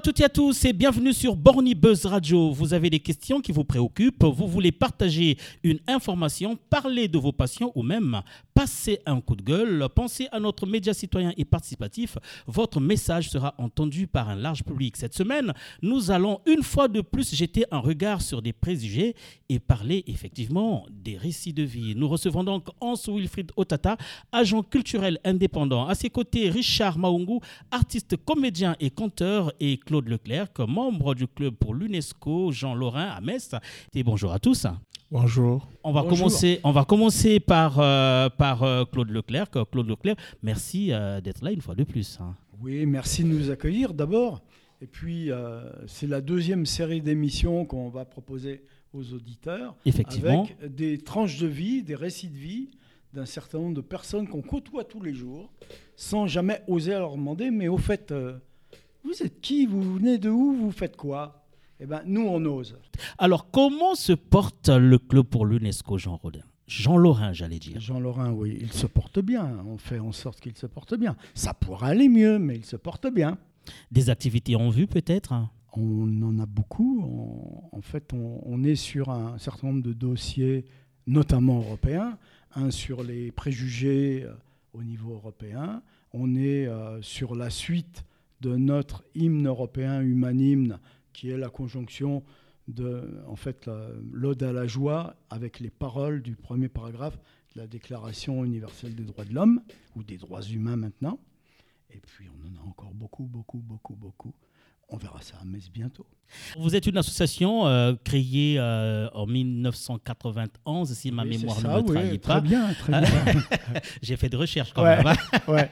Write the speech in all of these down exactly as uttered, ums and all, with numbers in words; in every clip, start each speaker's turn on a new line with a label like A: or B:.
A: toutes et à tous et bienvenue sur Borny Buzz Radio. Vous avez des questions qui vous préoccupent, vous voulez partager une information, parler de vos passions ou même passer un coup de gueule, pensez à notre média citoyen et participatif. Votre message sera entendu par un large public. Cette semaine, nous allons une fois de plus jeter un regard sur des préjugés et parler effectivement des récits de vie. Nous recevons donc Hans Wilfried Otata, agent culturel indépendant. À ses côtés, Richard Maungu, artiste, comédien et conteur, et Claude Leclerc, membre du club pour l'UNESCO Jean Lorrain à Metz. Et bonjour à tous.
B: Bonjour.
A: On va
B: Bonjour.
A: commencer, on va commencer par, euh, par euh, Claude Leclerc. Claude Leclerc, merci euh, d'être là une fois de plus. Hein.
C: Oui, merci de nous accueillir d'abord. Et puis, euh, c'est la deuxième série d'émissions qu'on va proposer aux auditeurs.
A: Effectivement.
C: Avec des tranches de vie, des récits de vie d'un certain nombre de personnes qu'on côtoie tous les jours, sans jamais oser leur demander, mais au fait, euh, vous êtes qui? Vous venez de où? Vous faites quoi? Eh bien, nous, on ose.
A: Alors, comment se porte le club pour l'UNESCO, Jean Rodin? Jean Lorrain, j'allais dire.
C: Jean Lorrain, oui, il se porte bien. On fait en sorte qu'il se porte bien. Ça pourrait aller mieux, mais il se porte bien.
A: Des activités en vue, peut-être?
C: On en a beaucoup. On, en fait, on, on est sur un certain nombre de dossiers, notamment européens. Un sur les préjugés euh, au niveau européen. On est euh, sur la suite de notre hymne européen, humanhymne, qui est la conjonction de, en fait, l'Ode à la joie avec les paroles du premier paragraphe de la Déclaration universelle des droits de l'homme, ou des droits humains maintenant. Et puis, on en a encore beaucoup, beaucoup, beaucoup, beaucoup. On verra ça à Metz bientôt.
A: Vous êtes une association euh, créée euh, en dix-neuf cent quatre-vingt-onze, si ma
C: oui,
A: mémoire
C: ça,
A: ne me
C: oui,
A: trahit
C: très
A: pas.
C: Bien, très bien.
A: J'ai fait de recherche quand
C: ouais,
A: même.
C: ouais.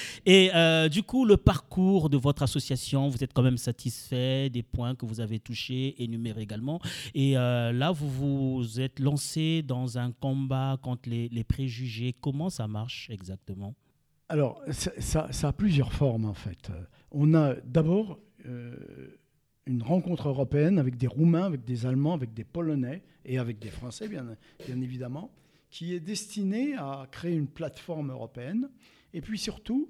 A: Et euh, du coup, le parcours de votre association, vous êtes quand même satisfait des points que vous avez touchés, énumérés également. Et euh, là, vous vous êtes lancé dans un combat contre les, les préjugés. Comment ça marche exactement?
C: Alors, ça, ça, ça a plusieurs formes en fait. On a d'abord euh, une rencontre européenne avec des Roumains, avec des Allemands, avec des Polonais et avec des Français, bien, bien évidemment, qui est destinée à créer une plateforme européenne et puis surtout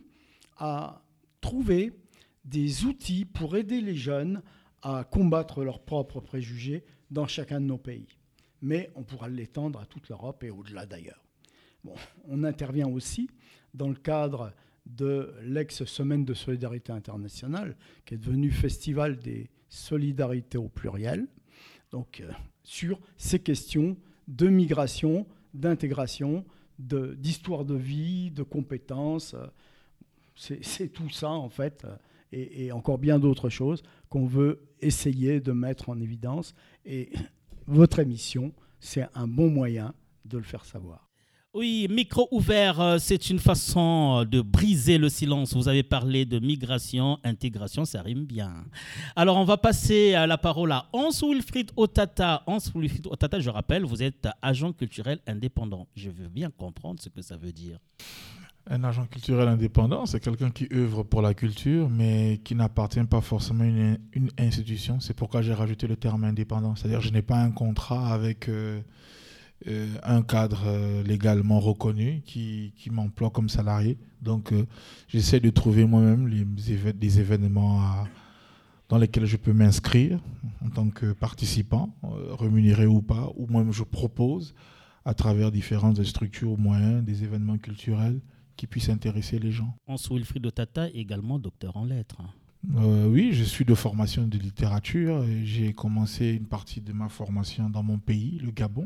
C: à trouver des outils pour aider les jeunes à combattre leurs propres préjugés dans chacun de nos pays. Mais on pourra l'étendre à toute l'Europe et au-delà d'ailleurs. Bon, on intervient aussi dans le cadre de l'ex-Semaine de solidarité internationale, qui est devenue Festival des solidarités au pluriel, donc euh, sur ces questions de migration, d'intégration, de, d'histoire de vie, de compétences. C'est, c'est tout ça, en fait, et, et encore bien d'autres choses qu'on veut essayer de mettre en évidence. Et votre émission, c'est un bon moyen de le faire savoir.
A: Oui, micro ouvert, c'est une façon de briser le silence. Vous avez parlé de migration, intégration, ça rime bien. Alors, on va passer à la parole à Hans Wilfried Otata. Hans Wilfried Otata, je rappelle, vous êtes agent culturel indépendant. Je veux bien comprendre ce que ça veut dire.
B: Un agent culturel indépendant, c'est quelqu'un qui œuvre pour la culture, mais qui n'appartient pas forcément à une, une institution. C'est pourquoi j'ai rajouté le terme indépendant. C'est-à-dire que je n'ai pas un contrat avec... Euh, Euh, un cadre euh, légalement reconnu qui, qui m'emploie comme salarié. Donc, euh, j'essaie de trouver moi-même les, éve- des événements à, dans lesquels je peux m'inscrire en tant que participant, euh, rémunéré ou pas, ou moi-même je propose à travers différentes structures ou moyens des événements culturels qui puissent intéresser les gens.
A: Hans Wilfried Otata, également docteur en lettres.
B: Euh, oui, je suis de formation de littérature et j'ai commencé une partie de ma formation dans mon pays, le Gabon,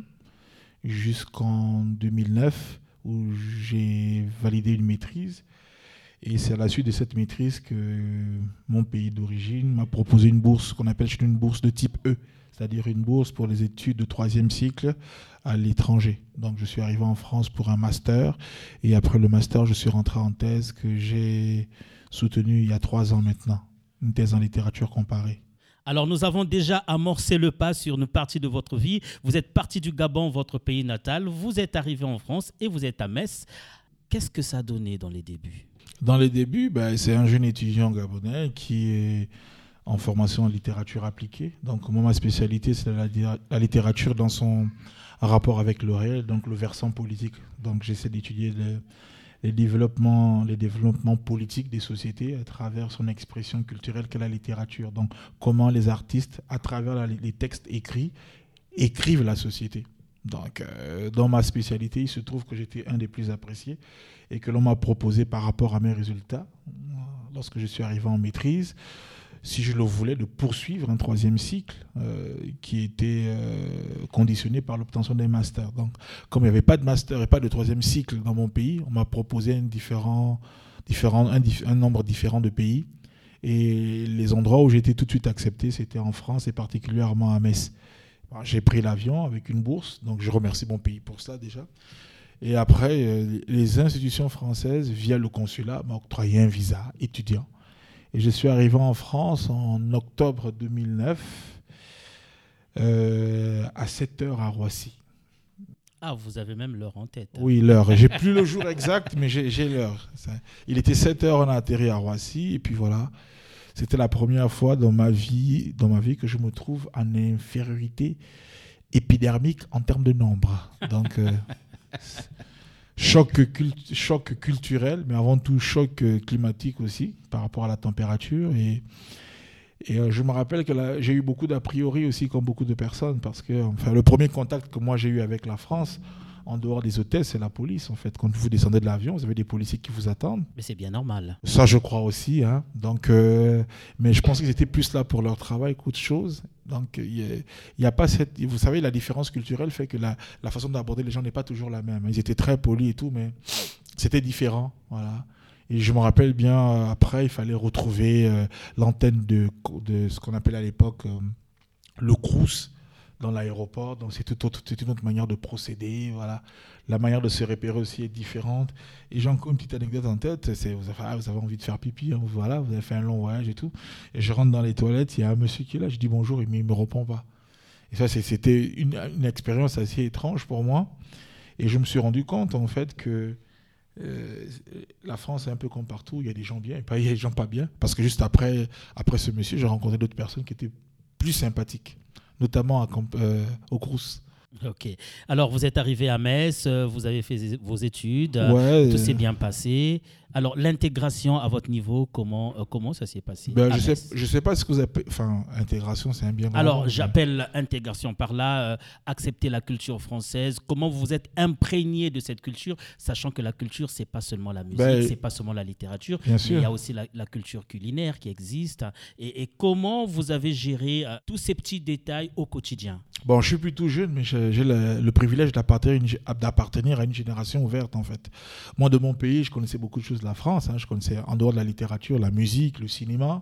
B: jusqu'en deux mille neuf où j'ai validé une maîtrise. Et c'est à la suite de cette maîtrise que mon pays d'origine m'a proposé une bourse qu'on appelle une bourse de type E, c'est-à-dire une bourse pour les études de troisième cycle à l'étranger. Donc je suis arrivé en France pour un master et après le master, je suis rentré en thèse que j'ai soutenue il y a trois ans maintenant, une thèse en littérature comparée.
A: Alors, nous avons déjà amorcé le pas sur une partie de votre vie. Vous êtes parti du Gabon, votre pays natal. Vous êtes arrivé en France et vous êtes à Metz. Qu'est-ce que ça a donné dans les débuts?
B: Dans les débuts, ben, c'est un jeune étudiant gabonais qui est en formation en littérature appliquée. Donc, moi, ma spécialité, c'est la, la littérature dans son rapport avec le réel, donc le versant politique. Donc, j'essaie d'étudier le, les développements, les développements politiques des sociétés à travers son expression culturelle qu'est la littérature. Donc, comment les artistes, à travers la, les textes écrits, écrivent la société. Donc, euh, dans ma spécialité, il se trouve que j'étais un des plus appréciés et que l'on m'a proposé par rapport à mes résultats, lorsque je suis arrivé en maîtrise, si je le voulais, de poursuivre un troisième cycle euh, qui était euh, conditionné par l'obtention des masters. Donc, comme il n'y avait pas de master et pas de troisième cycle dans mon pays, on m'a proposé un, différent, différent, un, un nombre différent de pays. Et les endroits où j'ai été tout de suite accepté, c'était en France et particulièrement à Metz. Bon, j'ai pris l'avion avec une bourse, donc je remercie mon pays pour ça déjà. Et après, euh, les institutions françaises, via le consulat, m'ont octroyé un visa étudiant. Et je suis arrivé en France en octobre deux mille neuf, euh, à sept heures à Roissy.
A: Ah, vous avez même l'heure en tête.
B: Oui, l'heure. J'ai plus le jour exact, mais j'ai, j'ai l'heure. Il était sept heures, on a atterri à Roissy. Et puis voilà, c'était la première fois dans ma vie, dans ma vie que je me trouve en infériorité épidermique en termes de nombre. Donc... Euh, Choc, cult- choc culturel, mais avant tout choc climatique aussi, par rapport à la température. Et, et euh, je me rappelle que là, j'ai eu beaucoup d'a priori aussi, comme beaucoup de personnes, parce que enfin, le premier contact que moi j'ai eu avec la France, en dehors des hôtels, c'est la police, en fait. Quand vous descendez de l'avion, vous avez des policiers qui vous attendent.
A: Mais c'est bien normal.
B: Ça, je crois aussi. Hein. Donc, euh, mais je pense qu'ils étaient plus là pour leur travail qu'autre chose. Donc, il n'y a, a pas cette... Vous savez, la différence culturelle fait que la, la façon d'aborder les gens n'est pas toujours la même. Ils étaient très polis et tout, mais c'était différent. Voilà. Et je me rappelle bien, après, il fallait retrouver euh, l'antenne de, de ce qu'on appelait à l'époque euh, le Crous dans l'aéroport. Donc, c'est, tout autre, c'est une autre manière de procéder. Voilà. La manière de se repérer aussi est différente. Et j'ai encore une petite anecdote en tête. C'est, vous, avez, ah, vous avez envie de faire pipi, hein, voilà, vous avez fait un long voyage et tout. Et je rentre dans les toilettes, il y a un monsieur qui est là, je dis bonjour, mais il ne me répond pas. Et ça, c'est, c'était une, une expérience assez étrange pour moi. Et je me suis rendu compte, en fait, que euh, la France est un peu comme partout. Il y a des gens bien et pas, il y a des gens pas bien. Parce que juste après, après ce monsieur, j'ai rencontré d'autres personnes qui étaient plus sympathiques, notamment à, euh, au Crous.
A: Ok. Alors, vous êtes arrivé à Metz, vous avez fait vos études,
B: ouais,
A: tout s'est bien passé. Alors, l'intégration à votre niveau, comment, euh, comment ça s'est passé?
B: ben, Je ne sais, je sais pas ce que vous appelez... Enfin, intégration, c'est un bien grand
A: Alors,
B: mot,
A: j'appelle mais... intégration par là, euh, accepter la culture française. Comment vous êtes imprégné de cette culture, sachant que la culture, ce n'est pas seulement la musique, ben, ce n'est pas seulement la littérature, mais il y a aussi la, la culture culinaire qui existe. Et, et comment vous avez géré euh, tous ces petits détails au quotidien?
B: Bon, je suis plutôt jeune, mais j'ai, j'ai le, le privilège d'appartenir, une, d'appartenir à une génération ouverte, en fait. Moi, de mon pays, je connaissais beaucoup de choses de la France. Hein. Je connaissais, en dehors de la littérature, la musique, le cinéma,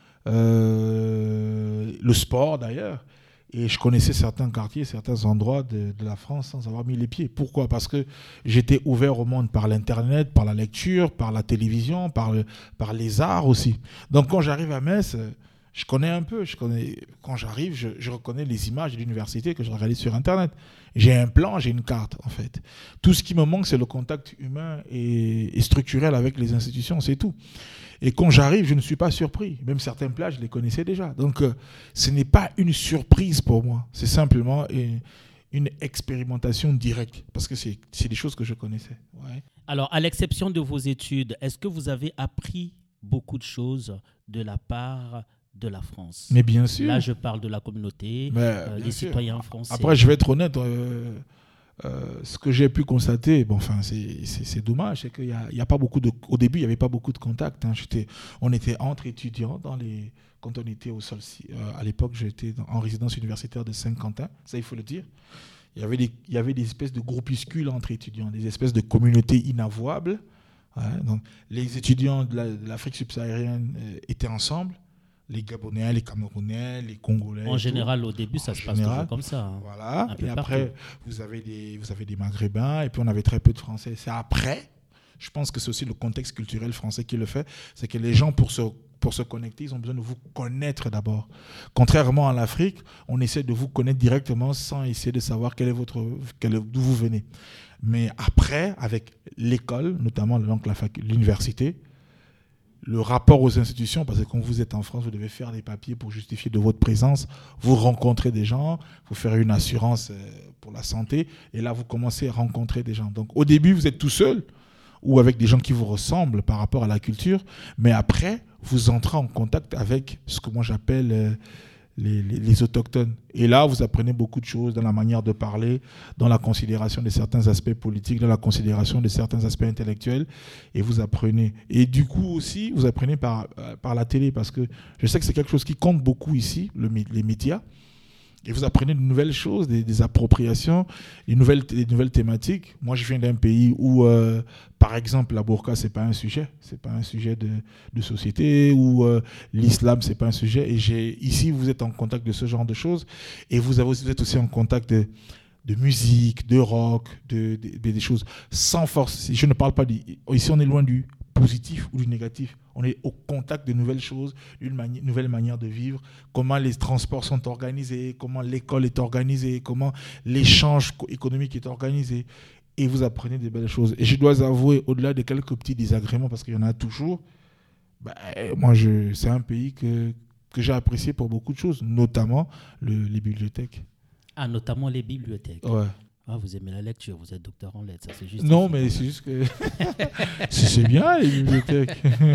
B: euh, le sport, d'ailleurs. Et je connaissais certains quartiers, certains endroits de, de la France sans avoir mis les pieds. Pourquoi ? Parce que j'étais ouvert au monde par l'Internet, par la lecture, par la télévision, par, le, par les arts aussi. Donc, quand j'arrive à Metz... Je connais un peu, je connais, quand j'arrive, je, je reconnais les images de l'université que je réalise sur Internet. J'ai un plan, j'ai une carte, en fait. Tout ce qui me manque, c'est le contact humain et, et structurel avec les institutions, c'est tout. Et quand j'arrive, je ne suis pas surpris. Même certains plats, je les connaissais déjà. Donc, euh, ce n'est pas une surprise pour moi. C'est simplement une, une expérimentation directe, parce que c'est, c'est des choses que je connaissais. Ouais.
A: Alors, à l'exception de vos études, est-ce que vous avez appris beaucoup de choses de la part de la France?
B: Mais bien sûr.
A: Là, je parle de la communauté, euh, les sûr. citoyens français.
B: Après, je vais être honnête, euh, euh, ce que j'ai pu constater, bon, enfin, c'est, c'est, c'est dommage, c'est qu'il y a, il y a pas beaucoup de, au début, il n'y avait pas beaucoup de contacts. Hein. J'étais, on était entre étudiants dans les, quand on était au sol. Euh, à l'époque, j'étais dans, en résidence universitaire de Saint-Quentin, ça il faut le dire. Il y avait des, il y avait des espèces de groupuscules entre étudiants, des espèces de communautés inavouables. Ouais, donc, les étudiants de, la, de l'Afrique subsaharienne euh, étaient ensemble. Les Gabonais, les Camerounais, les Congolais.
A: En général, tout. Au début, ça en se général, passe toujours comme ça. Hein.
B: Voilà. Et après, vous avez, des, vous avez des Maghrébins, et puis on avait très peu de Français. C'est après, je pense que c'est aussi le contexte culturel français qui le fait, c'est que les gens, pour se, pour se connecter, ils ont besoin de vous connaître d'abord. Contrairement à l'Afrique, on essaie de vous connaître directement sans essayer de savoir quel est votre, quel est, d'où vous venez. Mais après, avec l'école, notamment donc la fac, l'université, le rapport aux institutions, parce que quand vous êtes en France, vous devez faire des papiers pour justifier de votre présence, vous rencontrez des gens, vous faire une assurance pour la santé, et là, vous commencez à rencontrer des gens. Donc, au début, vous êtes tout seul, ou avec des gens qui vous ressemblent par rapport à la culture, mais après, vous entrez en contact avec ce que moi j'appelle euh, les, les, les autochtones. Et là, vous apprenez beaucoup de choses dans la manière de parler, dans la considération de certains aspects politiques, dans la considération de certains aspects intellectuels, et vous apprenez. Et du coup aussi, vous apprenez par, euh, par la télé, parce que je sais que c'est quelque chose qui compte beaucoup ici, le, les médias. Et vous apprenez de nouvelles choses, des, des appropriations, des nouvelles, des nouvelles thématiques. Moi, je viens d'un pays où, euh, par exemple, la burqa, ce n'est pas un sujet. Ce n'est pas un sujet de, de société, ou euh, l'islam, ce n'est pas un sujet. Et j'ai, ici, vous êtes en contact de ce genre de choses. Et vous, avez, vous êtes aussi en contact de, de musique, de rock, de, de, de, des choses sans force. Je ne parle pas... De, ici, on est loin du positif ou du négatif. On est au contact de nouvelles choses, d'une mani- nouvelle manière de vivre, comment les transports sont organisés, comment l'école est organisée, comment l'échange économique est organisé. Et vous apprenez des belles choses. Et je dois avouer, au-delà de quelques petits désagréments, parce qu'il y en a toujours, bah, moi, je, c'est un pays que, que j'ai apprécié pour beaucoup de choses, notamment le, les bibliothèques.
A: Ah, notamment les bibliothèques.
B: Ouais.
A: Ah, vous aimez la lecture, vous êtes docteur en lettres, ça c'est juste.
B: Non, mais c'est juste que c'est, c'est bien les bibliothèques.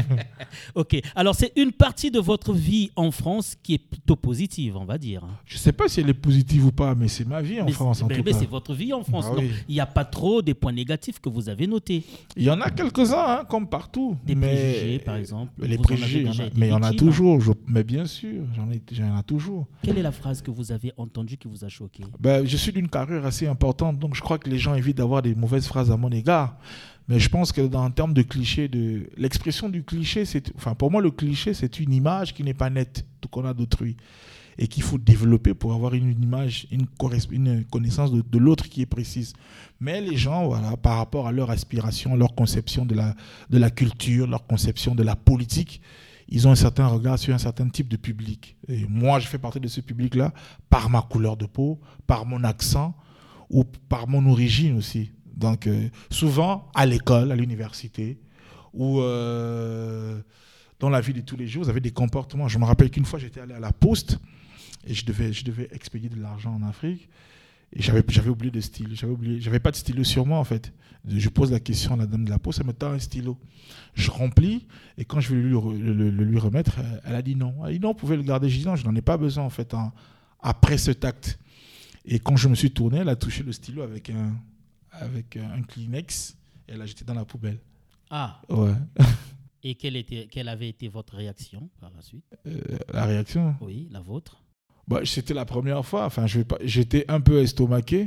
A: Ok, alors c'est une partie de votre vie en France qui est plutôt positive, on va dire.
B: Je ne sais pas si elle est positive ou pas, mais c'est ma vie en
A: mais
B: France en
A: mais,
B: tout
A: mais
B: cas.
A: c'est votre vie en France,
B: Ah,
A: non.
B: oui.
A: Il n'y a pas trop des points négatifs que vous avez notés.
B: Il y en a quelques-uns, hein, comme partout.
A: Des
B: mais
A: préjugés, par exemple.
B: Les
A: Vous en avez
B: préjugés, il y en
A: déjà
B: a-
A: été
B: mais il y en a
A: victime.
B: toujours. Je- mais bien sûr, j'en ai, j'en ai toujours.
A: Quelle est la phrase que vous avez entendue qui vous a choqué?
B: Ben, je suis d'une carrure assez importante, donc je crois que les gens évitent d'avoir des mauvaises phrases à mon égard. Mais je pense que dans en termes de cliché, de l'expression du cliché, c'est, enfin pour moi le cliché c'est une image qui n'est pas nette, tout qu'on a d'autrui, et qu'il faut développer pour avoir une, une image, une, corresp- une connaissance de, de l'autre qui est précise. Mais les gens, voilà, par rapport à leur aspiration, leur conception de la, de la culture, leur conception de la politique, ils ont un certain regard sur un certain type de public. Et moi, je fais partie de ce public-là par ma couleur de peau, par mon accent ou par mon origine aussi. Donc, euh, souvent, à l'école, à l'université, ou euh, dans la vie de tous les jours, vous avez des comportements. Je me rappelle qu'une fois, j'étais allé à la poste et je devais, je devais expédier de l'argent en Afrique. Et j'avais, j'avais oublié de stylo. J'avais oublié, j'avais pas de stylo sur moi, en fait. Je pose la question à la dame de la poste, elle me tend un stylo. Je remplis, et quand je vais lui, le, le, le lui remettre, elle a dit non. Elle a dit non, vous pouvez le garder. Je dis non, je n'en ai pas besoin, en fait, hein, après cet acte. Et quand je me suis tourné, elle a touché le stylo avec un, avec un Kleenex, et elle l'a jeté dans la poubelle.
A: Ah.
B: Ouais.
A: Et quelle, était, quelle avait été votre réaction par la suite?
B: Euh, la réaction?
A: Oui, la vôtre.
B: Bah, c'était la première fois. Enfin, je vais pas... J'étais un peu estomaqué,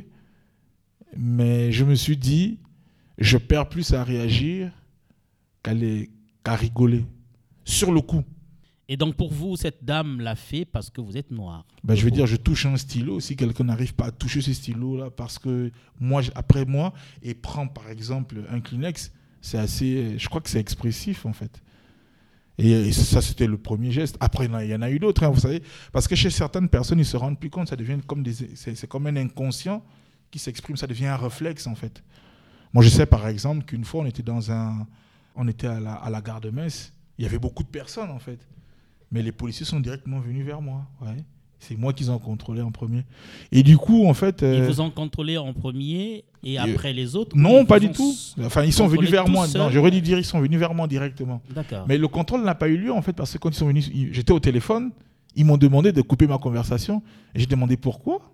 B: mais je me suis dit, je perds plus à réagir qu'à, les... qu'à rigoler. Sur le coup.
A: Et donc pour vous, cette dame l'a fait parce que vous êtes noir.
B: Bah, je veux dire, je touche un stylo. Si quelqu'un n'arrive pas à toucher ce stylo-là, parce que moi, après moi, et prend par exemple un Kleenex, c'est assez. Je crois que c'est expressif en fait. Et, et ça, c'était le premier geste. Après, il y en a eu d'autres, hein, vous savez. Parce que chez certaines personnes, ils ne se rendent plus compte, ça devient comme des. C'est, c'est comme un inconscient qui s'exprime, ça devient un réflexe en fait. Moi, je sais par exemple qu'une fois, on était dans un. On était à la, à la gare de Metz. Il y avait beaucoup de personnes en fait. Mais les policiers sont directement venus vers moi. Ouais. C'est moi qu'ils ont contrôlé en premier. Et du coup, en fait... Euh,
A: ils vous ont contrôlé en premier et, et après les autres?
B: Non, pas du tout. Enfin, ils sont venus vers moi.
A: Seuls.
B: Non, j'aurais dû dire ils sont venus vers moi directement.
A: D'accord.
B: Mais le contrôle n'a pas eu lieu, en fait, parce que quand ils sont venus, j'étais au téléphone, ils m'ont demandé de couper ma conversation. Et j'ai demandé pourquoi.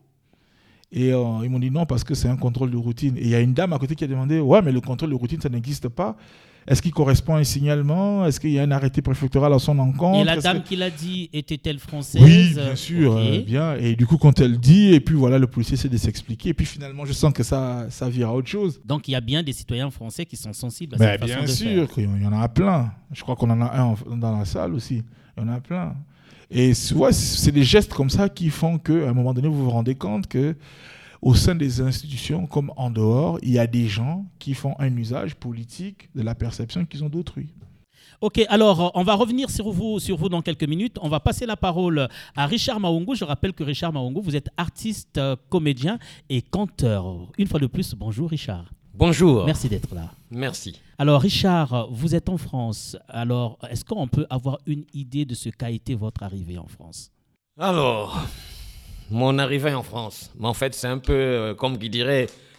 B: Et euh, ils m'ont dit non, parce que c'est un contrôle de routine. Et il y a une dame à côté qui a demandé, ouais, mais le contrôle de routine, ça n'existe pas. Est-ce qu'il correspond à un signalement? Est-ce qu'il y a un arrêté préfectoral à son encontre?
A: Et la
B: Est-ce
A: dame
B: que...
A: qui l'a dit, était-elle française?
B: Oui, bien sûr.
A: Okay.
B: Euh, bien. Et du coup, quand elle dit, et puis voilà, le policier essaie de s'expliquer. Et puis finalement, je sens que ça, ça vire à autre chose.
A: Donc il y a bien des citoyens français qui sont sensibles à
B: ben,
A: cette façon
B: bien
A: de
B: sûr,
A: faire.
B: il y en a plein. Je crois qu'on en a un dans la salle aussi. Il y en a plein. Et ouais, c'est des gestes comme ça qui font qu'à un moment donné, vous vous rendez compte que au sein des institutions, comme en dehors, il y a des gens qui font un usage politique de la perception qu'ils ont d'autrui.
A: Ok, alors on va revenir sur vous, sur vous dans quelques minutes. On va passer la parole à Richard Mahongo. Je rappelle que Richard Mahongo, vous êtes artiste, comédien et conteur. Une fois de plus, bonjour Richard.
D: Bonjour.
A: Merci d'être là.
D: Merci.
A: Alors Richard, vous êtes en France. Alors, est-ce qu'on peut avoir une idée de ce qu'a été votre arrivée en France?
D: Alors... Mon arrivée en France, mais en fait, c'est un peu, euh, comme qui dirait,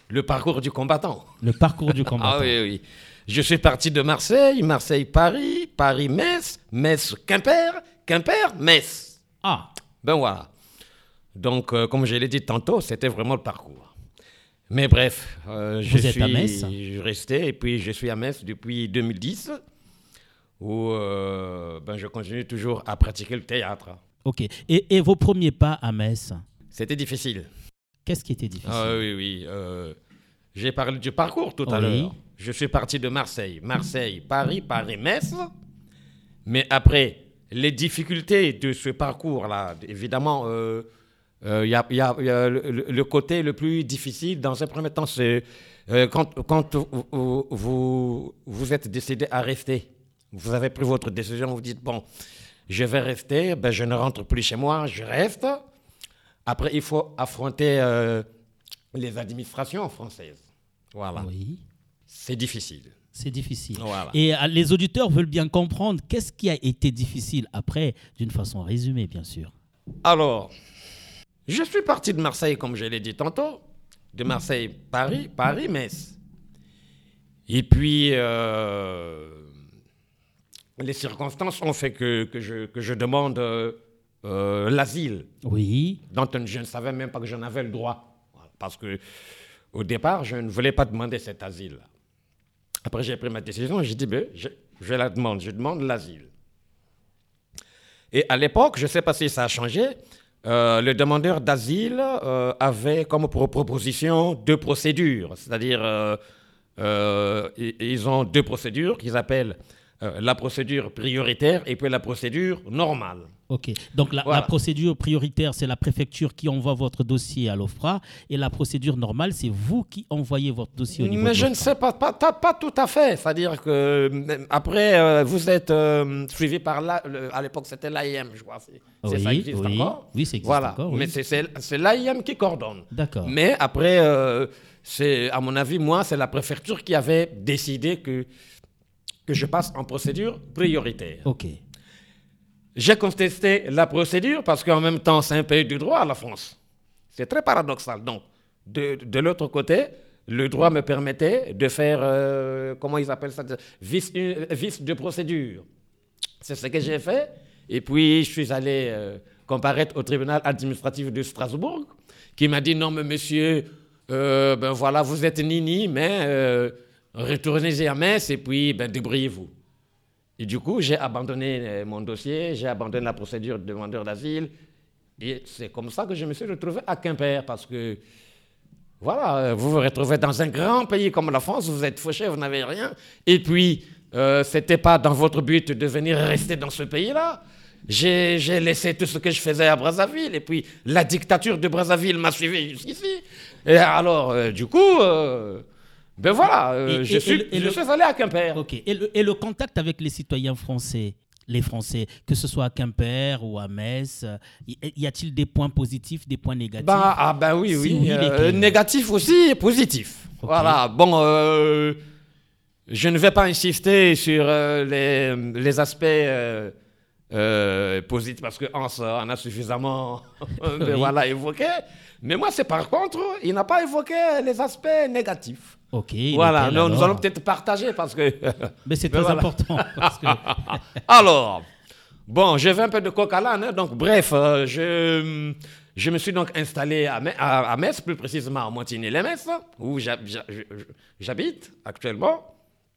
D: le parcours du combattant.
A: Le parcours du combattant.
D: Ah oui, oui. Je suis parti de Marseille, Marseille-Paris, Paris-Metz, Metz-Quimper, Quimper-Metz.
A: Ah.
D: Ben voilà. Donc, euh, comme je l'ai dit tantôt, c'était vraiment le parcours. Mais bref, euh, je
A: Vous êtes
D: suis
A: à Metz?
D: resté et puis je suis à Metz depuis deux mille dix où euh, ben, je continue toujours à pratiquer le théâtre.
A: Ok. Et, et vos premiers pas à Metz,
D: C'était difficile.
A: qu'est-ce qui était difficile?
D: Ah oui, oui. euh, j'ai parlé du parcours tout à
A: Oui.
D: l'heure. Je suis parti de Marseille, Marseille, Paris, Paris-Metz. Mais après, les difficultés de ce parcours-là, évidemment, euh, il y a, y a, y a le, le côté le plus difficile, dans un premier temps, c'est euh, quand, quand vous, vous, vous êtes décidé à rester. Vous avez pris votre décision, vous dites, bon, je vais rester, ben, je ne rentre plus chez moi, je reste. Après, il faut affronter euh, les administrations françaises. Voilà.
A: Oui.
D: C'est difficile.
A: C'est difficile.
D: Voilà.
A: Et euh, les auditeurs veulent bien comprendre qu'est-ce qui a été difficile après, d'une façon résumée, bien sûr.
D: Alors, je suis parti de Marseille, comme je l'ai dit tantôt, de Marseille, Paris, Paris, Metz. Et puis, euh, les circonstances ont fait que, que, je, que je demande euh, euh, l'asile,
A: Oui.
D: dont je ne savais même pas que j'en avais le droit. Voilà. Parce que au départ, je ne voulais pas demander cet asile. Après, j'ai pris ma décision et j'ai dit, ben, je, je la demande, je demande l'asile. Et à l'époque, je ne sais pas si ça a changé, euh, le demandeur d'asile euh, avait comme pro- proposition deux procédures. C'est-à-dire, euh, euh, ils ont deux procédures qu'ils appellent euh, la procédure prioritaire et puis la procédure normale.
A: Ok. Donc la,
D: Voilà.
A: la procédure prioritaire, c'est la préfecture qui envoie votre dossier à l'O F P R A. Et la procédure normale, c'est vous qui envoyez votre dossier au niveau
D: Mais
A: de
D: je ne
A: l'O F P R A.
D: sais pas, pas, pas, pas tout à fait. C'est-à-dire que même après, euh, vous êtes euh, suivi par là. Le- à l'époque, c'était l'A I M, je crois. C'est, c'est
A: Oui,
D: ça qui existe
A: oui.
D: encore.
A: Oui, ça existe
D: voilà.
A: encore, oui.
D: Mais c'est, c'est, c'est l'A I M qui coordonne.
A: D'accord.
D: Mais après, euh, c'est, à mon avis, moi, c'est la préfecture qui avait décidé que, que je passe en procédure prioritaire.
A: Ok.
D: J'ai contesté la procédure parce qu'en même temps, c'est un pays du droit, la France. C'est très paradoxal. Donc, de, de l'autre côté, le droit me permettait de faire, euh, comment ils appellent ça, vice, euh, vice de procédure. C'est ce que j'ai fait. Et puis, je suis allé euh, comparaître au tribunal administratif de Strasbourg, qui m'a dit, non, mais monsieur, euh, ben voilà, vous êtes nini, mais euh, retournez à Metz et puis, ben, débrouillez-vous. Et du coup, j'ai abandonné euh, mon dossier, j'ai abandonné la procédure de demandeur d'asile. Et c'est comme ça que je me suis retrouvé à Quimper, parce que, voilà, euh, vous vous retrouvez dans un grand pays comme la France, vous êtes fauché, vous n'avez rien. Et puis, euh, ce n'était pas dans votre but de venir rester dans ce pays-là. J'ai, j'ai laissé tout ce que je faisais à Brazzaville, et puis la dictature de Brazzaville m'a suivi jusqu'ici. Et alors, euh, du coup... Euh, Ben voilà, euh,
A: Et-
D: je,
A: et-
D: suis,
A: et le- et
D: je
A: le-
D: suis allé à Quimper.
A: Ok. Et le, et le contact avec les citoyens français, les Français, que ce soit à Quimper ou à Metz, euh, y, y a-t-il des points positifs, des points négatifs?
D: Bah, ah ben oui,
A: Si
D: oui.
A: oui,
D: euh,
A: lesquels?
D: négatif aussi et positif.
A: Ok.
D: Voilà, bon, euh, je ne vais pas insister sur euh, les, les aspects euh, euh, positifs parce qu'Hans en a suffisamment ben
A: Oui.
D: voilà, évoqué. Mais moi, c'est par contre, il n'a pas évoqué les aspects négatifs.
A: Ok.
D: Voilà,
A: lesquels
D: nous, nous
A: alors?
D: allons peut-être partager parce que...
A: Mais c'est
D: Ben
A: très
D: voilà.
A: important. Parce que...
D: Alors, bon, j'ai fait un peu de coq à l'âne, hein, donc bref, euh, je, je me suis donc installé à, Me- à, à Metz, plus précisément à Montigny-les-Metz, où j'hab- j'ha- j'habite actuellement.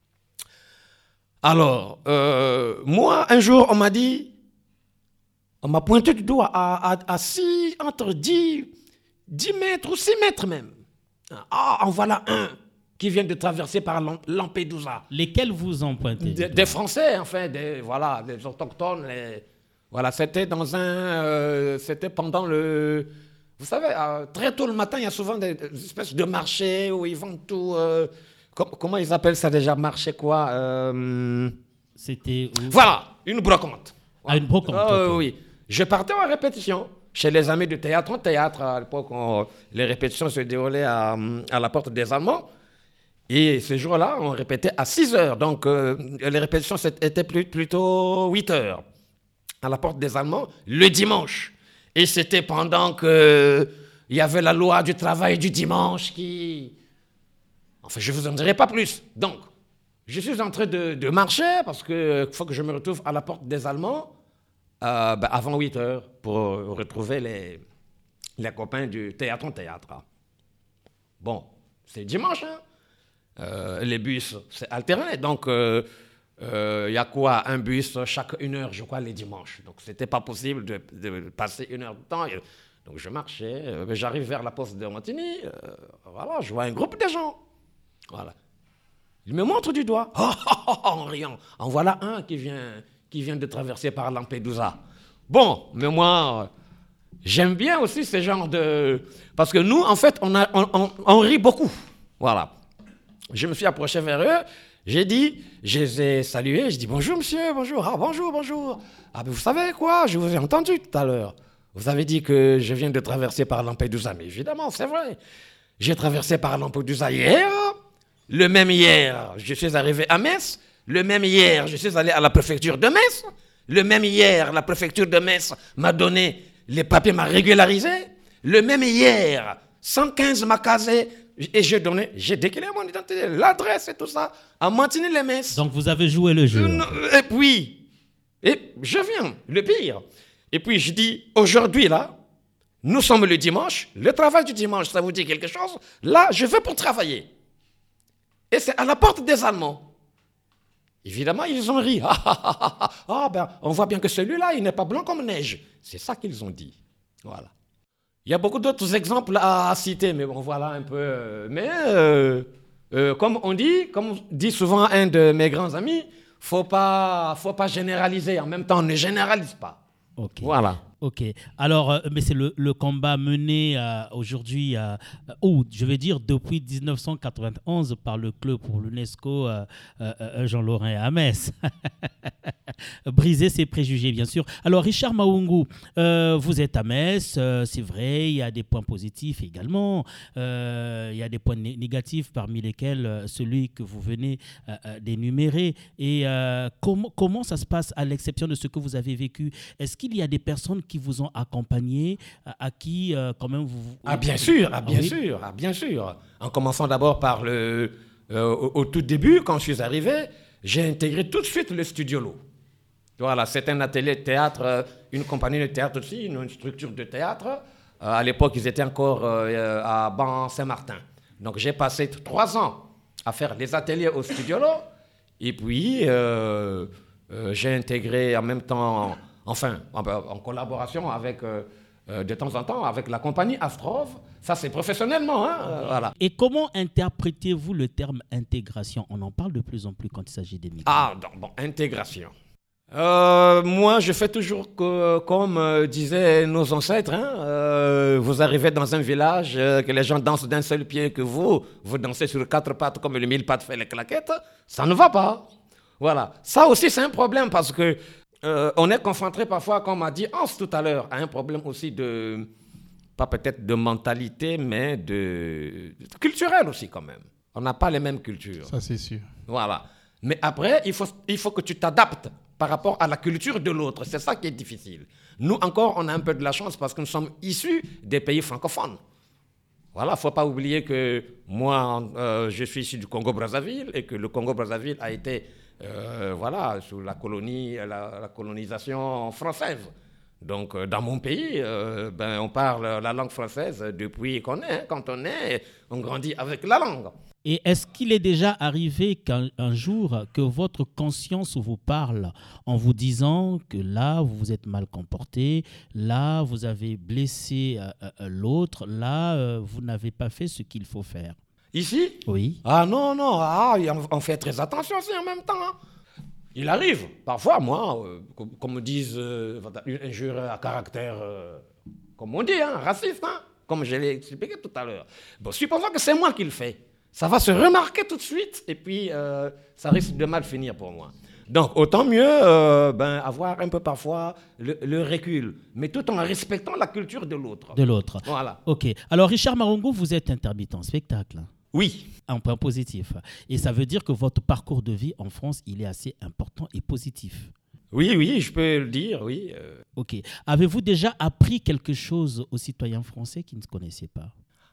D: Alors, euh, moi, un jour, on m'a dit, on m'a pointé du doigt à, à, à six, entre dix, dix mètres ou six mètres même. Ah, en voilà un qui vient de traverser par Lam- Lampedusa.
A: Lesquels vous ont pointé?
D: Des, des Français, enfin, des, voilà, des autochtones. les- voilà, c'était dans un, euh, c'était pendant le, vous savez, euh, très tôt le matin, il y a souvent des, des espèces de marchés où ils vendent tout. euh, com- comment ils appellent ça déjà, marché quoi euh,
A: C'était où?
D: Voilà, une brocante.
A: Ah, une brocante,
D: Ah,
A: ok.
D: oui, je partais en répétition chez les amis de théâtre en théâtre. À l'époque, on- les répétitions se déroulaient à, à la porte des Allemands. Et ce jour-là, on répétait à six heures. Donc, euh, les répétitions c'était- étaient plus- plutôt huit heures. À la porte des Allemands, le dimanche. Et c'était pendant que il y avait la loi du travail du dimanche qui... Enfin, je ne vous en dirai pas plus. Donc, je suis en train de, de marcher parce qu'il faut que je me retrouve à la porte des Allemands euh, ben, avant huit heures pour retrouver les, les copains du théâtre en théâtre. Bon, c'est dimanche, hein? Euh, les bus, c'est alterné. Donc, il euh, euh, y a quoi? Un bus chaque une heure, je crois, les dimanches. Donc, ce n'était pas possible de, de passer une heure de temps. Donc, je marchais. Euh, j'arrive vers la poste de Montigny. Euh, voilà, je vois un groupe de gens. Voilà. Il me montre du doigt. Oh, oh, oh, en riant. En voilà un qui vient, qui vient de traverser par Lampedusa. Bon, mais moi, j'aime bien aussi ce genre de... Parce que nous, en fait, on, a, on, on, on rit beaucoup. Voilà. Je me suis approché vers eux, j'ai dit, je les ai salués, je dis bonjour monsieur, bonjour, ah bonjour, bonjour. Ah ben vous savez quoi, je vous ai entendu tout à l'heure. Vous avez dit que je viens de traverser par Lampedusa, mais évidemment, c'est vrai. J'ai traversé par Lampedusa hier, le même hier, je suis arrivé à Metz, le même hier, je suis allé à la préfecture de Metz, le même hier, la préfecture de Metz m'a donné les papiers, m'a régularisé, le même hier, cent quinze m'a casé. Et j'ai donné, j'ai déclaré mon identité, l'adresse et tout ça, à Montigny-les-Metz.
A: Donc vous avez joué le jeu.
D: Et puis, et je viens, le pire. Et puis je dis, aujourd'hui là, nous sommes le dimanche, le travail du dimanche, ça vous dit quelque chose? Là, je vais pour travailler. Et c'est à la porte des Allemands. Évidemment, ils ont ri. Ah ben, on voit bien que celui-là, il n'est pas blanc comme neige. C'est ça qu'ils ont dit. Voilà. Il y a beaucoup d'autres exemples à citer, mais bon, voilà un peu. Euh, mais euh, euh, comme on dit, comme dit souvent un de mes grands amis, faut pas, faut pas généraliser. En même temps, on ne généralise pas.
A: Ok.
D: Voilà.
A: Ok. Alors, euh, mais c'est le, le combat mené euh, aujourd'hui, euh, ou je vais dire depuis dix-neuf cent quatre-vingt-onze par le club pour l'UNESCO euh, euh, Jean-Laurent à Metz. Briser ses préjugés, bien sûr. Alors, Richard Maungu, euh, vous êtes à Metz, euh, c'est vrai, il y a des points positifs également, euh, il y a des points né- négatifs parmi lesquels euh, celui que vous venez euh, euh, d'énumérer. Et euh, comment, comment ça se passe à l'exception de ce que vous avez vécu? Est-ce qu'il y a des personnes qui vous ont accompagné, à, à qui euh, quand même vous...
D: Ah bien sûr, ah bien
A: oui.
D: sûr, ah bien sûr. En commençant d'abord par le... Euh, au, au tout début, quand je suis arrivé, j'ai intégré tout de suite le Studio Lot. Voilà, c'est un atelier de théâtre, une compagnie de théâtre aussi, une, une structure de théâtre. Euh, à l'époque, ils étaient encore euh, à Ban-Saint-Martin. Donc j'ai passé trois ans à faire les ateliers au Studio Lot. Et puis, euh, euh, j'ai intégré en même temps... Enfin, en, en collaboration avec, euh, euh, de temps en temps, avec la compagnie Astrov. Ça, c'est professionnellement, hein, euh, voilà.
A: Et comment interprétez-vous le terme intégration? On en parle de plus en plus quand il s'agit des migrants.
D: Ah, donc, bon, intégration. Euh, moi, je fais toujours que, comme euh, disaient nos ancêtres, hein, euh, vous arrivez dans un village, euh, que les gens dansent d'un seul pied que vous, vous dansez sur quatre pattes comme le mille pattes fait les claquettes, ça ne va pas. Voilà. Ça aussi, c'est un problème parce que Euh, on est confronté parfois, comme m'a dit Hans tout à l'heure, à un problème aussi de, pas peut-être de mentalité, mais de, de culturel aussi quand même. On n'a pas les mêmes cultures.
B: Ça, c'est sûr.
D: Voilà. Mais après, il faut, il faut que tu t'adaptes par rapport à la culture de l'autre. C'est ça qui est difficile. Nous encore, on a un peu de la chance parce que nous sommes issus des pays francophones. Voilà, il ne faut pas oublier que moi, euh, je suis issu du Congo-Brazzaville et que le Congo-Brazzaville a été... Euh, voilà, sous la colonie, la, la colonisation française. Donc, euh, dans mon pays, euh, ben, on parle la langue française depuis qu'on est. Hein. Quand on est, on grandit avec la langue.
A: Et est-ce qu'il est déjà arrivé qu'un un jour que votre conscience vous parle en vous disant que là, vous vous êtes mal comporté, là, vous avez blessé euh, euh, l'autre, là, euh, vous n'avez pas fait ce qu'il faut faire?
D: Ici?
A: Oui.
D: Ah non, non, ah, on fait très attention aussi en même temps. Hein. Il arrive, parfois, moi, euh, comme, comme disent, euh, une injure à caractère, euh, comme on dit, hein, raciste, hein, comme je l'ai expliqué tout à l'heure. Bon, supposons que c'est moi qui le fais. Ça va se remarquer tout de suite et puis euh, ça risque de mal finir pour moi. Donc, autant mieux euh, ben, avoir un peu parfois le, le recul, mais tout en respectant la culture de l'autre.
A: De l'autre.
D: Voilà.
A: OK. Alors, Richard Maungu, vous êtes intermittent en spectacle.
D: Oui.
A: Un point positif. Et ça veut dire que votre parcours de vie en France, il est assez important et positif.
D: Oui, oui, je peux le dire, oui. Euh...
A: OK. Avez-vous déjà appris quelque chose aux citoyens français qui ne connaissaient pas?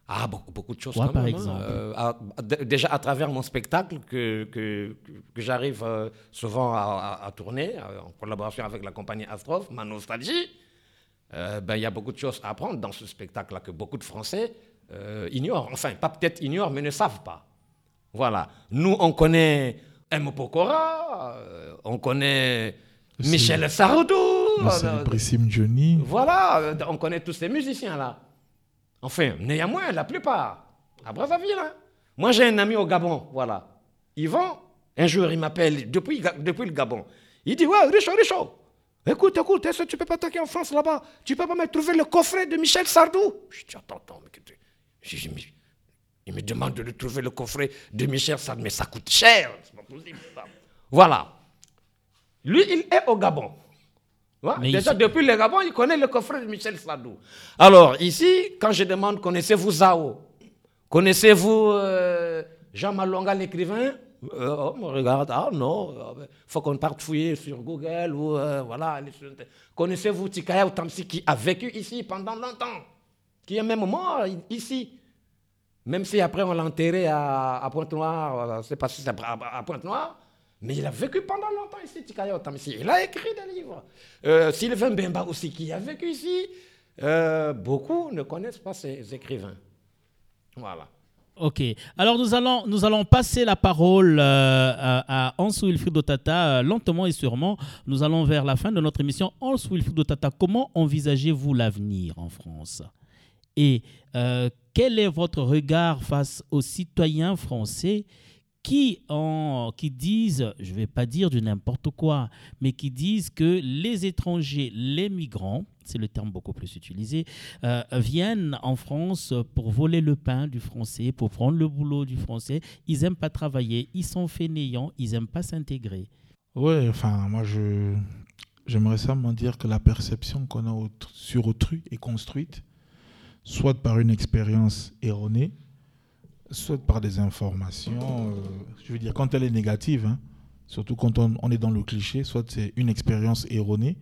D: Ah, beaucoup, beaucoup de choses
A: Quoi,
D: quand
A: par
D: même. hein.
A: exemple
D: Euh, à- d- déjà à travers mon spectacle que, que, que j'arrive euh, souvent à, à- à tourner euh, en collaboration avec la compagnie Astroph, Ma Nostalgie, euh, ben, il y a beaucoup de choses à apprendre dans ce spectacle-là que beaucoup de Français euh, ignorent. Enfin, pas peut-être ignorent, mais ne savent pas. Voilà. Nous, on connaît M. Pokora, euh, on connaît
B: C'est-
D: Michel Sardou.
B: Le
D: euh,
B: célébrissime Johnny.
D: voilà, euh, on connaît tous ces musiciens-là. Enfin, néanmoins, la plupart, à Brazzaville. Hein. Moi, j'ai un ami au Gabon, voilà. Yvon, un jour, il m'appelle depuis, Ga- depuis le Gabon. Il dit, ouais, Richaud, Richaud, écoute, écoute, est-ce que tu peux pas attaquer en France là-bas? Tu peux pas me trouver le coffret de Michel Sardou? Je dis, attends, attends, mais que tu- je- je- je- il me demande de lui trouver le coffret de Michel Sardou, mais ça coûte cher, c'est pas possible. Ça. Voilà. Lui, il est au Gabon. Ouais,
A: Mais
D: déjà,
A: ici-
D: depuis le Gabon, il connaît le coffret de Michel Sardou. Alors, ici, quand je demande, connaissez-vous Zao? Connaissez-vous euh, Jean Malonga, l'écrivain? Euh, oh, on regarde, ah non, il faut qu'on parte fouiller sur Google ou euh, voilà. aller sur Internet. Connaissez-vous Tikaya Tamsi qui a vécu ici pendant longtemps, qui est même mort ici, même si après on l'a enterré à, à Pointe-Noire, voilà, je ne sais pas si c'est à, à Pointe-Noire, mais il a vécu pendant longtemps ici, Tikaya Tamsi. Il a écrit des livres. Euh, Sylvain Bemba aussi, qui a vécu ici. Euh, beaucoup ne connaissent pas ces écrivains. Voilà.
A: Ok. Alors nous allons, nous allons passer la parole euh, à, à Hans Wilfried Otata, euh, lentement et sûrement. Nous allons vers la fin de notre émission. Hans Wilfried Otata, comment envisagez-vous l'avenir en France? Et euh, quel est votre regard face aux citoyens français qui, en, qui disent, je ne vais pas dire du n'importe quoi, mais qui disent que les étrangers, les migrants, c'est le terme beaucoup plus utilisé, euh, viennent en France pour voler le pain du français, pour prendre le boulot du français. Ils n'aiment pas travailler, ils sont fainéants, ils n'aiment pas s'intégrer.
B: Ouais, enfin, moi, je j'aimerais simplement dire que la perception qu'on a au- sur autrui est construite, soit par une expérience erronée, soit par des informations, euh, je veux dire, quand elle est négative, hein, surtout quand on, on est dans le cliché, soit c'est une expérience erronée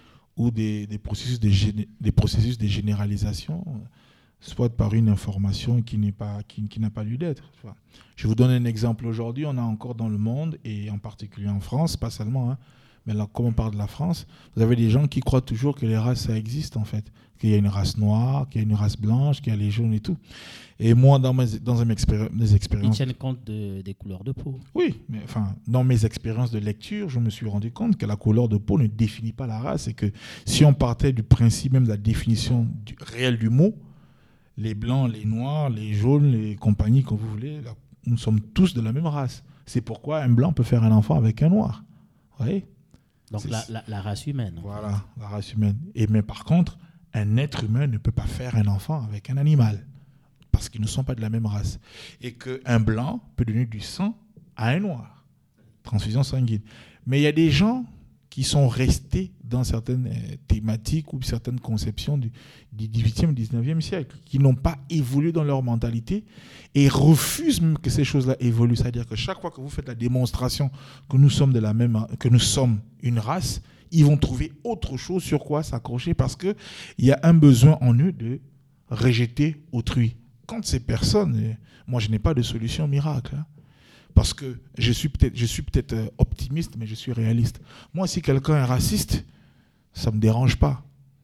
B: ou des, des, processus, de géné- des processus de généralisation, euh, soit par une information qui n'est pas, qui, qui n'a pas lieu d'être. Tu vois. Je vous donne un exemple. Aujourd'hui, on a encore dans le monde, et en particulier en France, pas seulement, hein, mais là, comme on parle de la France, vous avez des gens qui croient toujours que les races, ça existe en fait. Qu'il y a une race noire, qu'il y a une race blanche, qu'il y a les jaunes et tout. Et moi, dans mes, dans mes, expéri- mes
A: Ils
B: expériences...
A: tiennent compte de, des couleurs de peau.
B: Oui, mais enfin, dans mes expériences de lecture, je me suis rendu compte que la couleur de peau ne définit pas la race et que si on partait du principe même de la définition du, réelle du mot, les blancs, les noirs, les jaunes, les compagnies, comme vous voulez, là, nous sommes tous de la même race. C'est pourquoi un blanc peut faire un enfant avec un noir. Vous voyez ?
A: Donc
B: C'est-
A: la, la, la race humaine. en
B: Voilà, la race humaine. Et, mais par contre, un être humain ne peut pas faire un enfant avec un animal parce qu'ils ne sont pas de la même race. Et qu'un blanc peut donner du sang à un noir. Transfusion sanguine. Mais il y a des gens qui sont restés dans certaines euh, thématiques ou certaines conceptions du, du dix-huitième et dix-neuvième siècle, qui n'ont pas évolué dans leur mentalité et refusent même que ces choses-là évoluent. C'est-à-dire que chaque fois que vous faites la démonstration que nous sommes de la même, que nous sommes une race, ils vont trouver autre chose sur quoi s'accrocher parce qu'il y a un besoin en eux de rejeter autrui. Quand ces personnes, euh, moi je n'ai pas de solution miracle, hein, parce que je suis peut-être je suis peut-être euh, optimiste, mais je suis réaliste. Moi, si quelqu'un est raciste, ça ne me dérange pas.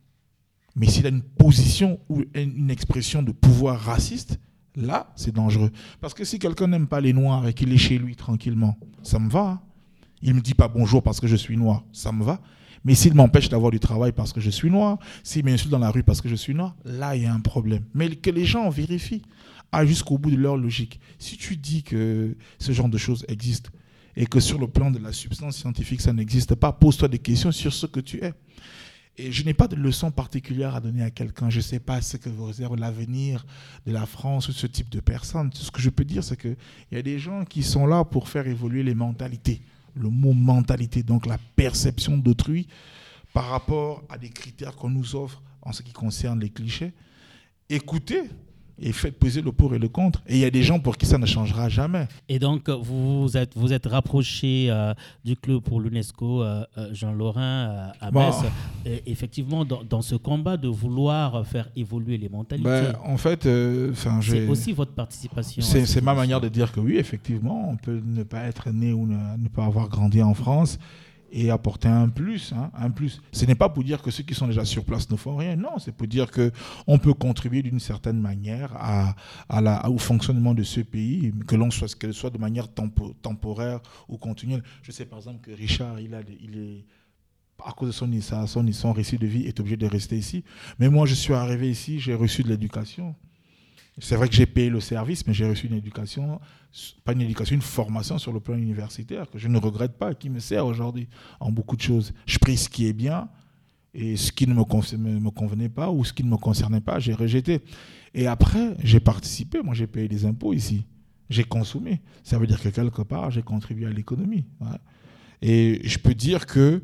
B: Mais s'il a une position ou une expression de pouvoir raciste, là, c'est dangereux. Parce que si quelqu'un n'aime pas les noirs et qu'il est chez lui tranquillement, ça me va. Hein. Il ne me dit pas bonjour parce que je suis noir, ça me va. Mais s'il m'empêche d'avoir du travail parce que je suis noir, s'il m'insulte dans la rue parce que je suis noir, là, il y a un problème. Mais que les gens vérifient ah, jusqu'au bout de leur logique. Si tu dis que ce genre de choses existe et que sur le plan de la substance scientifique, ça n'existe pas, pose-toi des questions sur ce que tu es. Et je n'ai pas de leçon particulière à donner à quelqu'un. Je ne sais pas ce que vous réserve l'avenir de la France ou ce type de personnes. Ce que je peux dire, c'est qu'il y a des gens qui sont là pour faire évoluer les mentalités. Le mot mentalité, donc la perception d'autrui par rapport à des critères qu'on nous offre en ce qui concerne les clichés. Écoutez, et faites peser le pour et le contre. Et il y a des gens pour qui ça ne changera jamais.
A: Et donc, vous vous êtes, vous êtes rapproché euh, du club pour l'UNESCO, euh, Jean Laurin, euh, à
B: Bon.
A: Metz. Et effectivement, dans, dans ce combat de vouloir faire évoluer les mentalités,
B: Ben, en fait, euh, j'ai...
A: c'est aussi votre participation.
B: C'est, c'est ma manière de dire que oui, effectivement, on peut ne pas être né ou ne, ne pas avoir grandi en France et apporter un plus, hein, un plus. Ce n'est pas pour dire que ceux qui sont déjà sur place ne font rien. Non, c'est pour dire qu'on peut contribuer d'une certaine manière à, à la, au fonctionnement de ce pays, que l'on soit, que ce soit de manière tempo, temporaire ou continuelle. Je sais par exemple que Richard, il, a, il est, à cause de son, son, son récit de vie, est obligé de rester ici. Mais moi, je suis arrivé ici, j'ai reçu de l'éducation. C'est vrai que j'ai payé le service, mais j'ai reçu une éducation, pas une éducation, une formation sur le plan universitaire que je ne regrette pas, qui me sert aujourd'hui en beaucoup de choses. Je prie ce qui est bien et ce qui ne me, con- me, me convenait pas ou ce qui ne me concernait pas, j'ai rejeté. Et après, j'ai participé, moi j'ai payé des impôts ici, j'ai consommé. Ça veut dire que quelque part, j'ai contribué à l'économie. Ouais. Et je peux dire que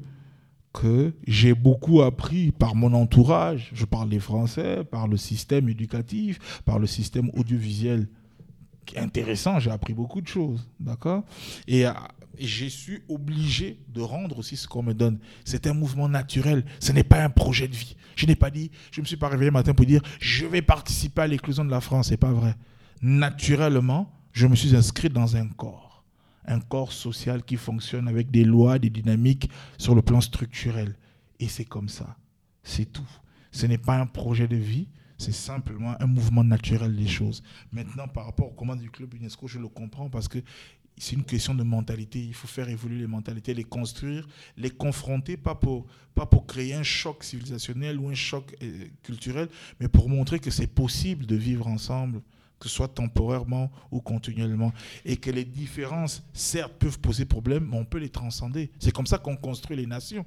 B: que j'ai beaucoup appris par mon entourage. Je parle des Français, par le système éducatif, par le système audiovisuel qui est intéressant. J'ai appris beaucoup de choses, d'accord ? Et, euh, et je suis obligé de rendre aussi ce qu'on me donne. C'est un mouvement naturel. Ce n'est pas un projet de vie. Je n'ai pas dit, je ne me suis pas réveillé le matin pour dire je vais participer à l'éclosion de la France. Ce n'est pas vrai. Naturellement, je me suis inscrit dans un corps. Un corps social qui fonctionne avec des lois, des dynamiques sur le plan structurel. Et c'est comme ça. C'est tout. Ce n'est pas un projet de vie, c'est simplement un mouvement naturel des choses. Maintenant, par rapport aux commandes du club UNESCO, je le comprends parce que c'est une question de mentalité. Il faut faire évoluer les mentalités, les construire, les confronter, pas pour, pas pour créer un choc civilisationnel ou un choc euh, culturel, mais pour montrer que c'est possible de vivre ensemble, que ce soit temporairement ou continuellement, et que les différences, certes, peuvent poser problème, mais on peut les transcender. C'est comme ça qu'on construit les nations.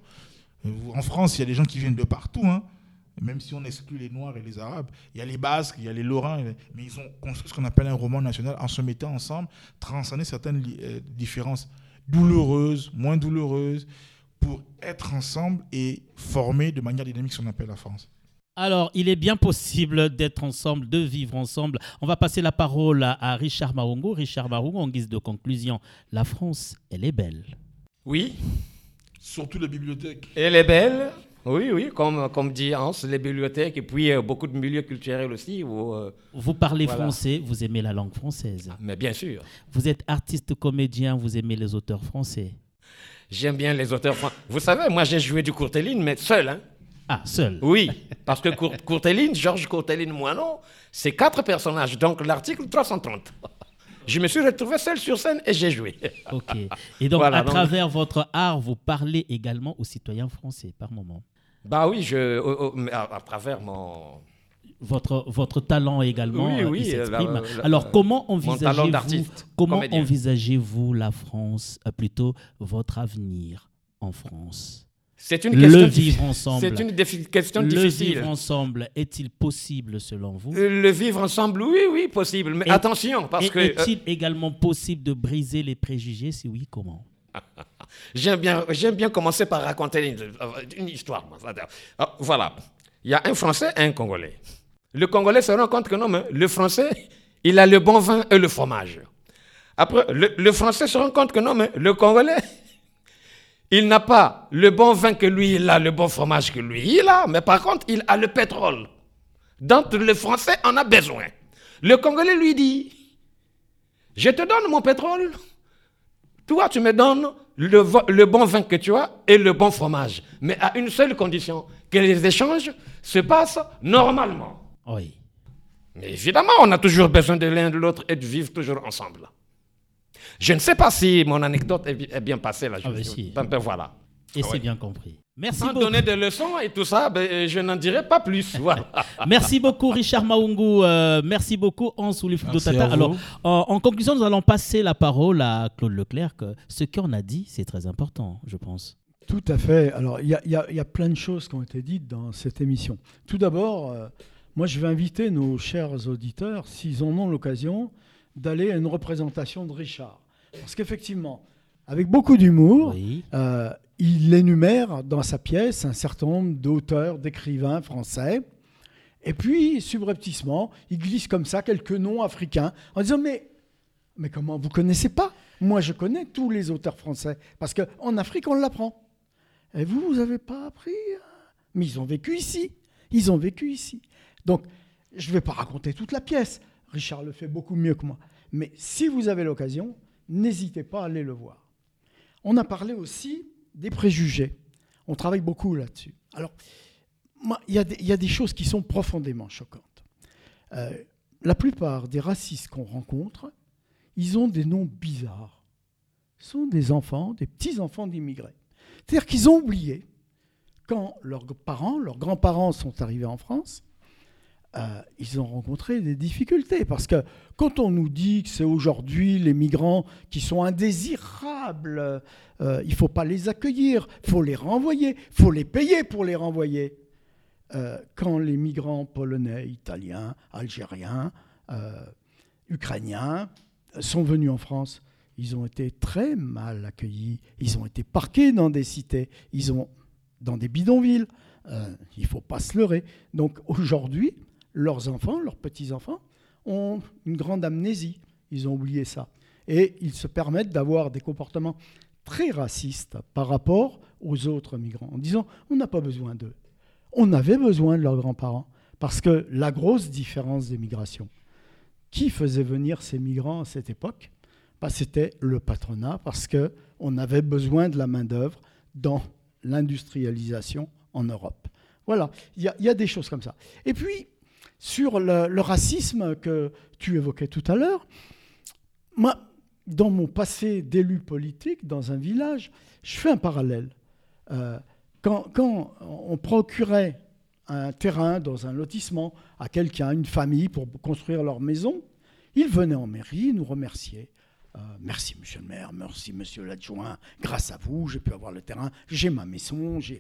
B: En France, il y a des gens qui viennent de partout, hein. Même si on exclut les Noirs et les Arabes. Il y a les Basques, il y a les Lorrains, mais ils ont construit ce qu'on appelle un roman national en se mettant ensemble, transcender certaines euh, différences douloureuses, moins douloureuses, pour être ensemble et former de manière dynamique ce qu'on appelle la France.
A: Alors, il est bien possible d'être ensemble, de vivre ensemble. On va passer la parole à, à Richard Marungu. Richard Marungu, en guise de conclusion, la France, elle est belle.
D: Oui.
B: Surtout les bibliothèques.
D: Elle est belle. Oui, oui, comme, comme dit Hans, les bibliothèques et puis euh, beaucoup de milieux culturels aussi. Où, euh,
A: vous parlez
D: voilà.
A: français, vous aimez la langue française.
D: Mais bien sûr.
A: Vous êtes artiste comédien, vous aimez les auteurs français.
D: J'aime bien les auteurs français. Vous savez, moi j'ai joué du Courteline, mais seul, hein.
A: Ah, seul.
D: Oui, parce que Cour- Courteline, Georges Courteline-Moinon, c'est quatre personnages, donc l'article trois cent trente. Je me suis retrouvé seul sur scène et j'ai joué.
A: Ok. Et donc,
D: Voilà,
A: à
D: donc-
A: travers votre art, vous parlez également aux citoyens français par moment.
D: Bah oui, je, au- au- à, à travers mon,
A: Votre, votre talent également,
D: Oui,
A: euh,
D: oui,
A: il s'exprime.
D: la- la-
A: Alors, comment
D: talent
A: envisagez-vous,
D: d'artiste,
A: comment
D: comédien.
A: envisagez-vous la France, euh, plutôt votre avenir en France?
D: c'est une
A: Le
D: question
A: vivre
D: diffi-
A: ensemble.
D: C'est une défi- question
A: Le
D: difficile.
A: vivre ensemble, est-il possible selon vous?
D: Euh, Le vivre ensemble, oui, oui, possible. Mais
A: Et-
D: attention, parce
A: Et
D: que euh,
A: est-il également possible de briser les préjugés? Si oui, comment?
D: j'aime bien, j'aime bien commencer par raconter une, une histoire. moi. Ah, Voilà. Il y a un Français et un Congolais. Le Congolais se rend compte que non, mais le Français, il a le bon vin et le fromage. Après, le, le Français se rend compte que non, mais le Congolais, il n'a pas le bon vin que lui, il a le bon fromage que lui, il a, mais par contre, il a le pétrole. Donc, le Français en a besoin. Le Congolais lui dit, je te donne mon pétrole, toi, tu me donnes le, vo- le bon vin que tu as et le bon fromage. Mais à une seule condition, que les échanges se passent normalement.
A: Oui.
D: Mais évidemment, on a toujours besoin de l'un de l'autre et de vivre toujours ensemble. Je ne sais pas si mon anecdote est, bi- est bien passée là. Je
A: Ah ben si.
D: ben, ben, voilà.
A: Et
D: Ah
A: c'est
D: ouais.
A: bien compris. Merci
D: Sans
A: beaucoup.
D: donner des leçons et tout ça, ben, je n'en dirai pas plus. Voilà.
A: Merci beaucoup, Richard Marungu. Euh, merci beaucoup, Hans Oulifou
B: Merci
A: Tata.
B: à vous.
A: Alors, en, en conclusion, nous allons passer la parole à Claude Leclerc. Que ce qu'on a dit, c'est très important, je pense.
C: Tout à fait. Alors, il y a, il y a- il y a plein de choses qui ont été dites dans cette émission. Tout d'abord, euh, moi, je vais inviter nos chers auditeurs, s'ils en ont l'occasion, d'aller à une représentation de Richard. Parce qu'effectivement, avec beaucoup d'humour,
A: Oui.
C: euh, il énumère dans sa pièce un certain nombre d'auteurs, d'écrivains français. Et puis, subrepticement, ils glissent comme ça quelques noms africains en disant mais, mais comment, vous ne connaissez pas? Moi, je connais tous les auteurs français. Parce qu'en Afrique, on l'apprend. Et vous, vous n'avez pas appris? Mais ils ont vécu ici. Ils ont vécu ici. Donc, je ne vais pas raconter toute la pièce. Richard le fait beaucoup mieux que moi. Mais si vous avez l'occasion, n'hésitez pas à aller le voir. On a parlé aussi des préjugés. On travaille beaucoup là-dessus. Alors, il y, y a des choses qui sont profondément choquantes. Euh, la plupart des racistes qu'on rencontre, ils ont des noms bizarres. Ce sont des enfants, des petits-enfants d'immigrés. C'est-à-dire qu'ils ont oublié, quand leurs parents, leurs grands-parents sont arrivés en France, euh, ils ont rencontré des difficultés. Parce que quand on nous dit que c'est aujourd'hui les migrants qui sont indésirables, euh, il ne faut pas les accueillir, il faut les renvoyer, il faut les payer pour les renvoyer. Euh, quand les migrants polonais, italiens, algériens, euh, ukrainiens sont venus en France, ils ont été très mal accueillis, ils ont été parqués dans des cités, ils ont dans des bidonvilles, euh, il ne faut pas se leurrer. Donc aujourd'hui, leurs enfants, leurs petits-enfants, ont une grande amnésie, ils ont oublié ça. Et ils se permettent d'avoir des comportements très racistes par rapport aux autres migrants, en disant on n'a pas besoin d'eux. On avait besoin de leurs grands-parents, parce que la grosse différence des migrations, qui faisait venir ces migrants à cette époque? Ben, c'était le patronat, parce qu'on avait besoin de la main-d'œuvre dans l'industrialisation en Europe. Voilà, il y, y a des choses comme ça. Et puis, sur le, le racisme que tu évoquais tout à l'heure, moi, dans mon passé d'élu politique, dans un village, je fais un parallèle. Euh, Quand, quand on procurait un terrain dans un lotissement à quelqu'un, une famille, pour construire leur maison, ils venaient en mairie nous remercier. Euh, merci, monsieur le maire, merci, monsieur l'adjoint. Grâce à vous, j'ai pu avoir le terrain, j'ai ma maison. J'ai...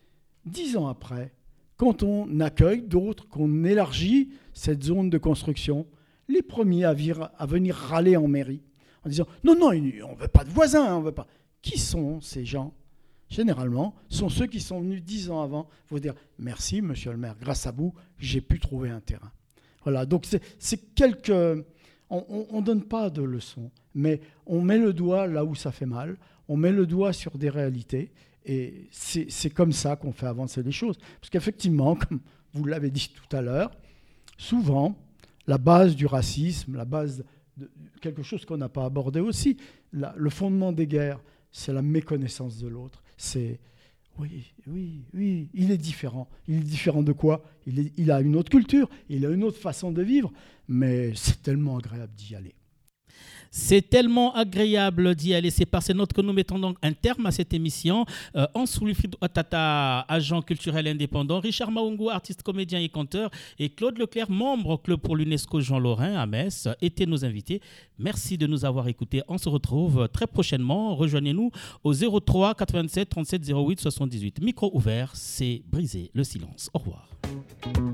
C: Dix ans après, quand on accueille d'autres, qu'on élargit cette zone de construction, les premiers à, vir, à venir râler en mairie, en disant « Non, non, on ne veut pas de voisins, on veut pas. » Qui sont ces gens ? Généralement, sont ceux qui sont venus dix ans avant vous dire « Merci, monsieur le maire, grâce à vous, j'ai pu trouver un terrain. » Voilà, donc c'est, c'est quelques... On ne donne pas de leçons, mais on met le doigt là où ça fait mal, on met le doigt sur des réalités, et c'est, c'est comme ça qu'on fait avancer les choses. Parce qu'effectivement, comme vous l'avez dit tout à l'heure, souvent, la base du racisme, la base de quelque chose qu'on n'a pas abordé aussi, la, le fondement des guerres, c'est la méconnaissance de l'autre. C'est oui, oui, oui, il est différent. Il est différent de quoi ? il, est, il a une autre culture, il a une autre façon de vivre, mais c'est tellement agréable d'y aller.
A: C'est tellement agréable d'y aller. C'est par ces notes que nous mettons donc un terme à cette émission. Euh, Hans Wilfried Otata, agent culturel indépendant, Richard Maungu, artiste, comédien et conteur, et Claude Leclerc, membre au Club pour l'UNESCO Jean Lorrain à Metz, étaient nos invités. Merci de nous avoir écoutés. On se retrouve très prochainement. Rejoignez-nous au zéro trois quatre-vingt-sept trente-sept zéro huit soixante-dix-huit. Micro ouvert, c'est briser le silence. Au revoir.